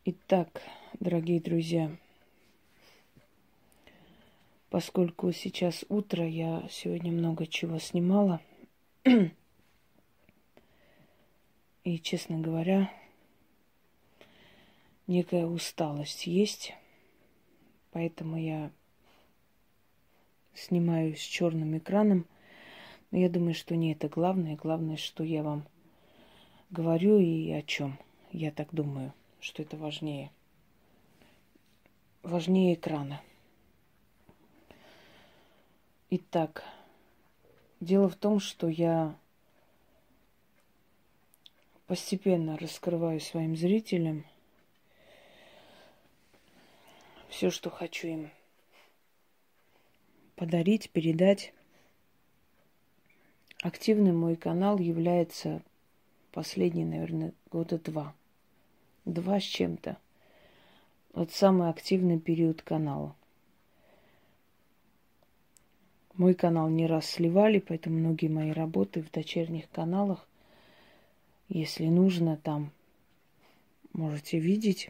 Итак, дорогие друзья, поскольку сейчас утро, я сегодня много чего снимала. И, честно говоря, некая усталость есть. Поэтому я снимаю с черным экраном. Но я думаю, что не это главное. Главное, что я вам говорю и о чем. Я так думаю, что это важнее. Важнее экрана. Итак, дело в том, что я постепенно раскрываю своим зрителям все, что хочу им подарить, передать. Активным мой канал является последние, наверное, года два. Два с чем-то. Вот самый активный период канала. Мой канал не раз сливали, поэтому многие мои работы в дочерних каналах, если нужно, там можете видеть.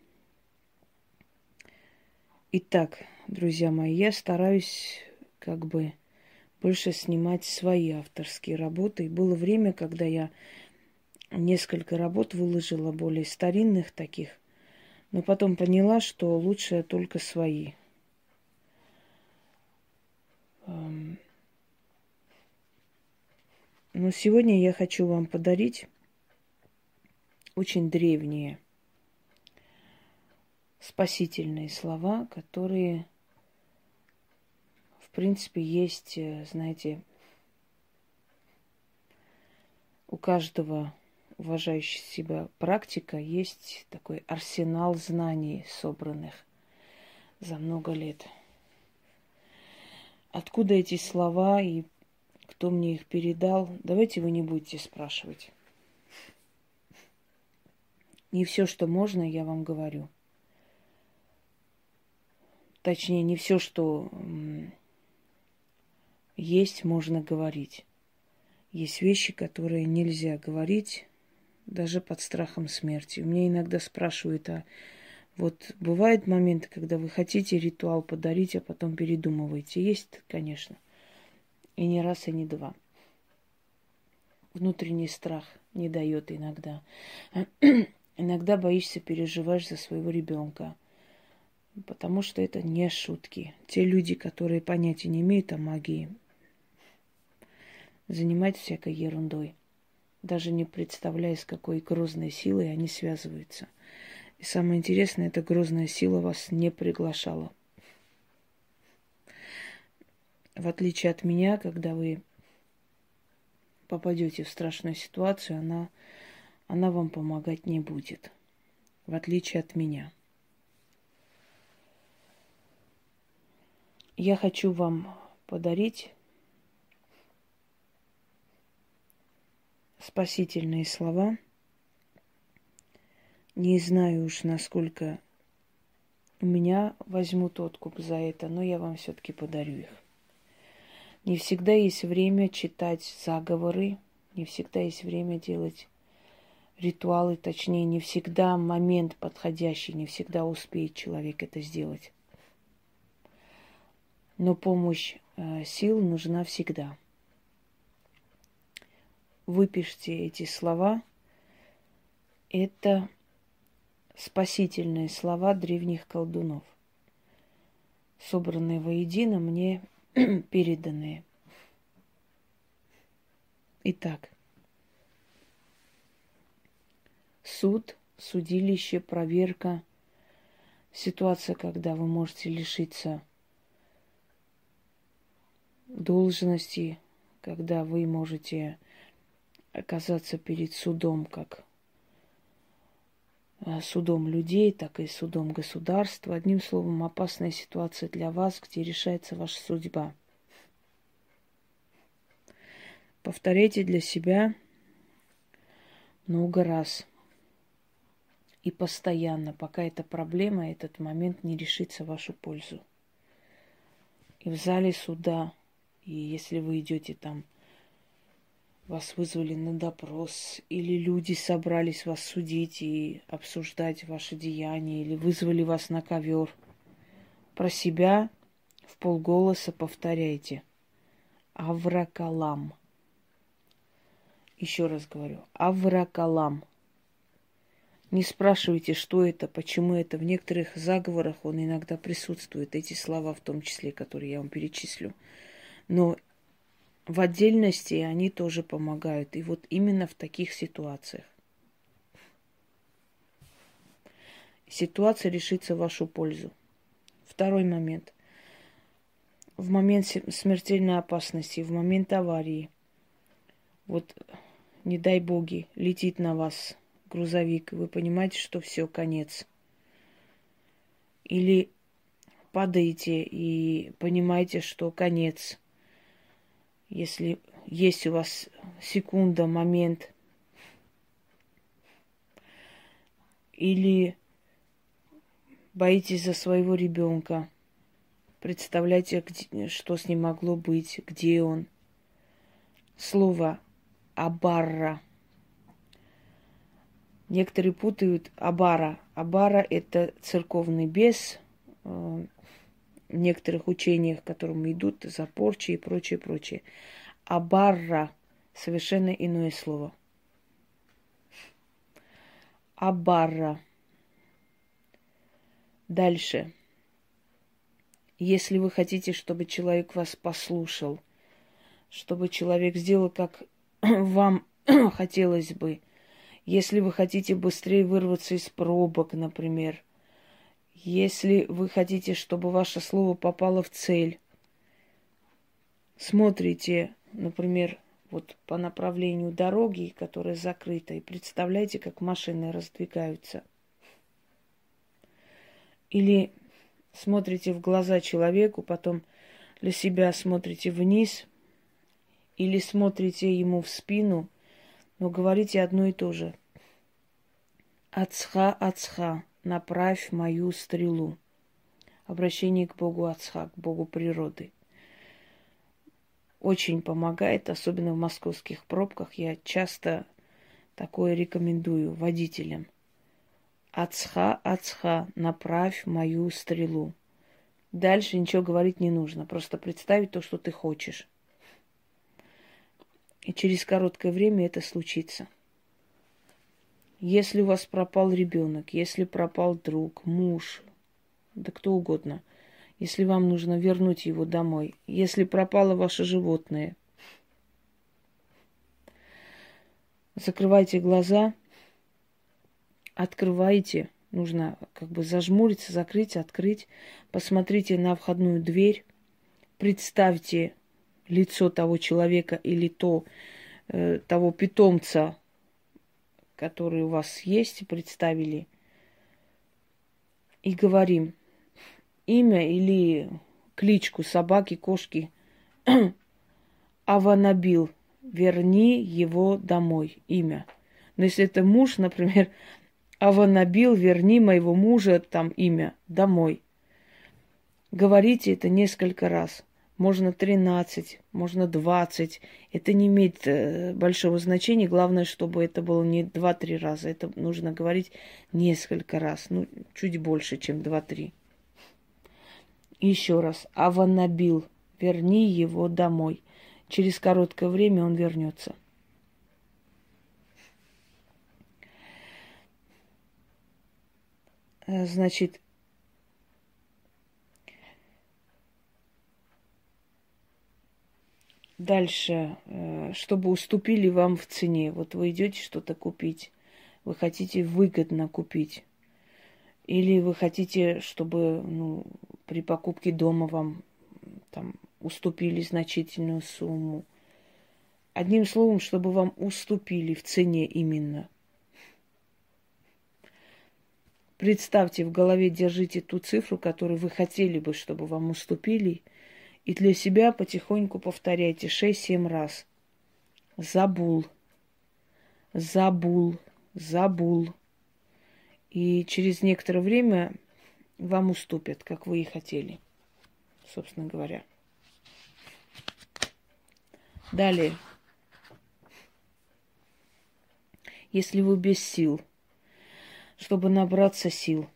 Итак, друзья мои, я стараюсь больше снимать свои авторские работы. И было время, когда я несколько работ выложила, более старинных таких, но потом поняла, что лучше только свои. Но сегодня я хочу вам подарить очень древние спасительные слова, которые, в принципе, есть, знаете, у каждого уважающего себя практика есть такой арсенал знаний, собранных за много лет. Откуда эти слова и кто мне их передал, давайте вы не будете спрашивать. Не все, что можно, я вам говорю. Точнее, не все, что есть, можно говорить. Есть вещи, которые нельзя говорить даже под страхом смерти. Меня иногда спрашивают, а вот бывают моменты, когда вы хотите ритуал подарить, а потом передумываете? Есть, конечно. И не раз, и не два. Внутренний страх не дает иногда. Иногда боишься, переживаешь за своего ребенка. Потому что это не шутки. Те люди, которые понятия не имеют о магии, занимаются всякой ерундой, даже не представляя, с какой грозной силой они связываются. И самое интересное, эта грозная сила вас не приглашала. В отличие от меня, когда вы попадете в страшную ситуацию, она вам помогать не будет. В отличие от меня. Я хочу вам подарить спасительные слова. Не знаю уж, насколько у меня возьмут откуп за это, но я вам все-таки подарю их. Не всегда есть время читать заговоры, не всегда есть время делать ритуалы, точнее, не всегда момент подходящий, не всегда успеет человек это сделать. Но помощь сил нужна всегда. Выпишите эти слова. Это спасительные слова древних колдунов, собранные воедино, мне переданные. Итак, суд, судилище, проверка, ситуация, когда вы можете лишиться должности, когда вы можете оказаться перед судом, как судом людей, так и судом государства. Одним словом, опасная ситуация для вас, где решается ваша судьба. Повторяйте для себя много раз и постоянно, пока эта проблема, этот момент не решится в вашу пользу. И в зале суда, и если вы идете там вас вызвали на допрос, или люди собрались вас судить и обсуждать ваши деяния, или вызвали вас на ковер, про себя в полголоса повторяйте. Авракалам. Еще раз говорю. Авракалам. Не спрашивайте, что это, почему это. В некоторых заговорах он иногда присутствует, эти слова в том числе, которые я вам перечислю. Но в отдельности они тоже помогают. И вот именно в таких ситуациях. Ситуация решится в вашу пользу. Второй момент. В момент смертельной опасности, в момент аварии, вот, не дай боги, летит на вас грузовик, и вы понимаете, что все, конец. Или падаете и понимаете, что конец. Если есть у вас секунда, момент. Или боитесь за своего ребенка. Представляете, что с ним могло быть, где он. Слово «абарра». Некоторые путают абара. Абара – это церковный бес в некоторых учениях, к которым идут за порчи и прочее, прочее. Абарра – совершенно иное слово. Абарра. Дальше. Если вы хотите, чтобы человек вас послушал, чтобы человек сделал, как вам хотелось бы, если вы хотите быстрее вырваться из пробок, например, если вы хотите, чтобы ваше слово попало в цель, смотрите, например, вот по направлению дороги, которая закрыта, и представляете, как машины раздвигаются. Или смотрите в глаза человеку, потом для себя смотрите вниз, или смотрите ему в спину, но говорите одно и то же. Ацха, Ацха, направь мою стрелу. Обращение к Богу Ацха, к Богу природы. Очень помогает, особенно в московских пробках. Я часто такое рекомендую водителям. Ацха, Ацха, направь мою стрелу. Дальше ничего говорить не нужно. Просто представить то, что ты хочешь. И через короткое время это случится. Если у вас пропал ребенок, если пропал друг, муж, да кто угодно, если вам нужно вернуть его домой, если пропало ваше животное, закрывайте глаза, открывайте, нужно как бы зажмуриться, закрыть, открыть, посмотрите на входную дверь, представьте лицо того человека или того питомца, который у вас есть, представили, и говорим имя или кличку собаки, кошки. Аванабил, верни его домой, имя. Но если это муж, например, Аванабил, верни моего мужа, там имя, домой. Говорите это несколько раз. Можно 13, можно 20. Это не имеет большого значения. Главное, чтобы это было не 2-3 раза. Это нужно говорить несколько раз. Ну, чуть больше, чем 2-3. Еще раз. Аванабил. Верни его домой. Через короткое время он вернется. Значит, дальше, чтобы уступили вам в цене. Вот вы идете что-то купить, вы хотите выгодно купить. Или вы хотите, чтобы при покупке дома вам там уступили значительную сумму. Одним словом, чтобы вам уступили в цене именно. Представьте, в голове держите ту цифру, которую вы хотели бы, чтобы вам уступили, и для себя потихоньку повторяйте 6-7 раз. Забул, забул, забул. И через некоторое время вам уступят, как вы и хотели, собственно говоря. Далее. если вы без сил, чтобы набраться сил.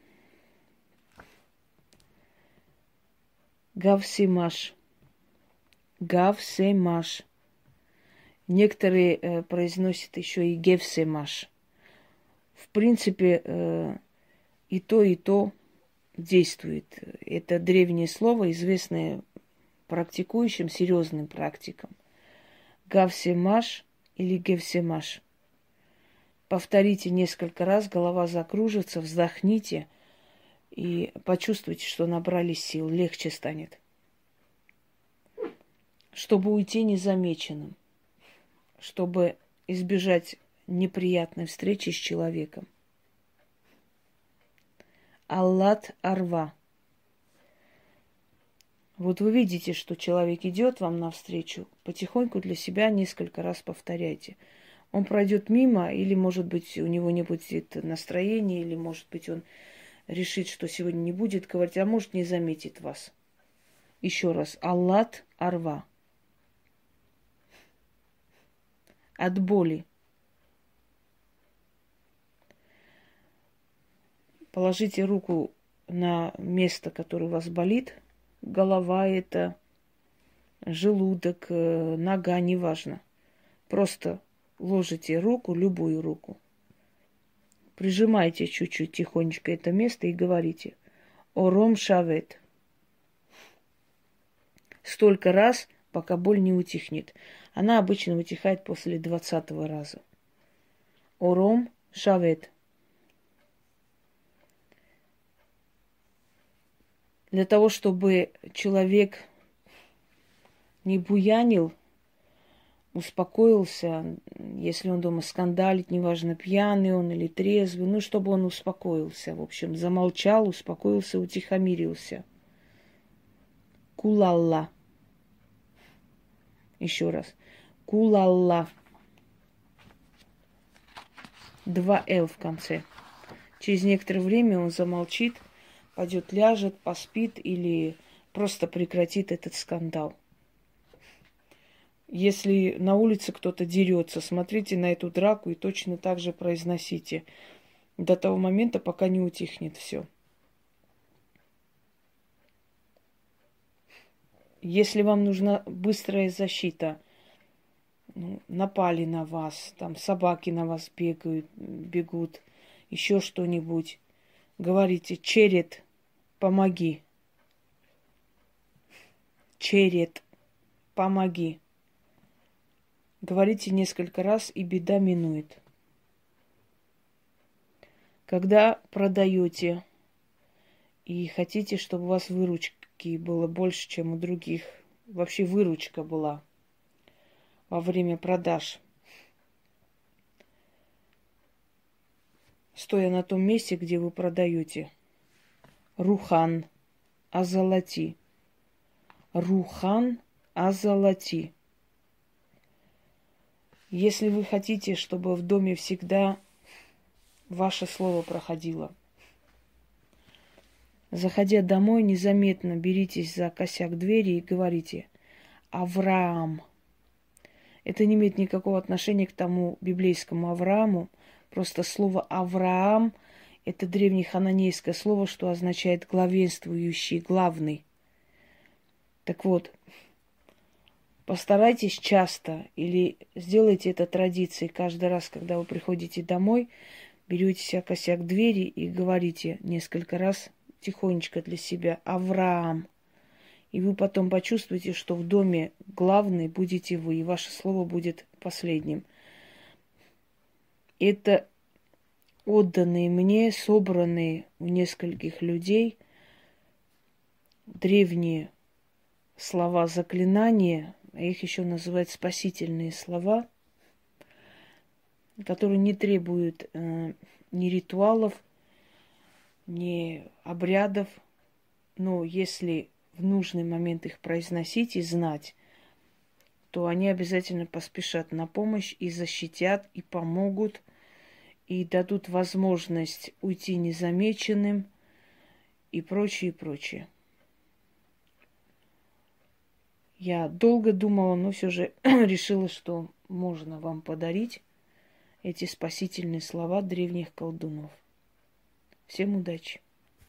Гавсимаш. Гавсемаш. Некоторые произносят еще и гевсемаш. В принципе, и то действует. Это древнее слово, известное практикующим, серьезным практикам. Гавсемаш или гевсемаш. Повторите несколько раз, голова закружится, вздохните и почувствуйте, что набрали сил, легче станет. Чтобы уйти незамеченным, чтобы избежать неприятной встречи с человеком. Аллат арва. Вот вы видите, что человек идет вам навстречу, потихоньку для себя несколько раз повторяйте. Он пройдет мимо, или, может быть, у него не будет настроения, или, может быть, он решит, что сегодня не будет говорить, а может, не заметит вас. Еще раз. Аллат арва. От боли. Положите руку на место, которое у вас болит. Голова это, желудок, нога, неважно. Просто ложите руку, любую руку. Прижимайте чуть-чуть тихонечко это место и говорите «Ором шавет». Столько раз, пока боль не утихнет. Она обычно утихает после 20-го раза. Ором шавет. Для того, чтобы человек не буянил, успокоился, если он дома скандалит, неважно, пьяный он или трезвый, ну, чтобы он успокоился, в общем, замолчал, успокоился, утихомирился. Кулалла. Еще раз. Кулалла. 2 «л» в конце. Через некоторое время он замолчит, пойдет, ляжет, поспит или просто прекратит этот скандал. Если на улице кто-то дерется, смотрите на эту драку и точно так же произносите до того момента, пока не утихнет все. Если вам нужна быстрая защита, напали на вас, там собаки на вас бегут, еще что-нибудь, говорите «Черед, помоги». Черед, помоги. Говорите несколько раз, и беда минует. Когда продаете и хотите, чтобы у вас выручки было больше, чем у других, вообще выручка была во время продаж, стоя на том месте, где вы продаете, рухан азалати. Рухан азалати. Если вы хотите, чтобы в доме всегда ваше слово проходило, заходя домой, незаметно беритесь за косяк двери и говорите «Авраам». Это не имеет никакого отношения к тому библейскому Аврааму. Просто слово «Авраам» – это древнехананейское слово, что означает «главенствующий», «главный». Так вот, постарайтесь часто или сделайте это традицией. Каждый раз, когда вы приходите домой, берете себя косяк двери и говорите несколько раз тихонечко для себя «Авраам». И вы потом почувствуете, что в доме главный будете вы, и ваше слово будет последним. Это отданные мне, собранные у нескольких людей древние слова заклинания, а их еще называют спасительные слова, которые не требуют ни ритуалов, ни обрядов, но если в нужный момент их произносить и знать, то они обязательно поспешат на помощь и защитят, и помогут, и дадут возможность уйти незамеченным, и прочее, и прочее. Я долго думала, но все же решила, что можно вам подарить эти спасительные слова древних колдунов. Всем удачи!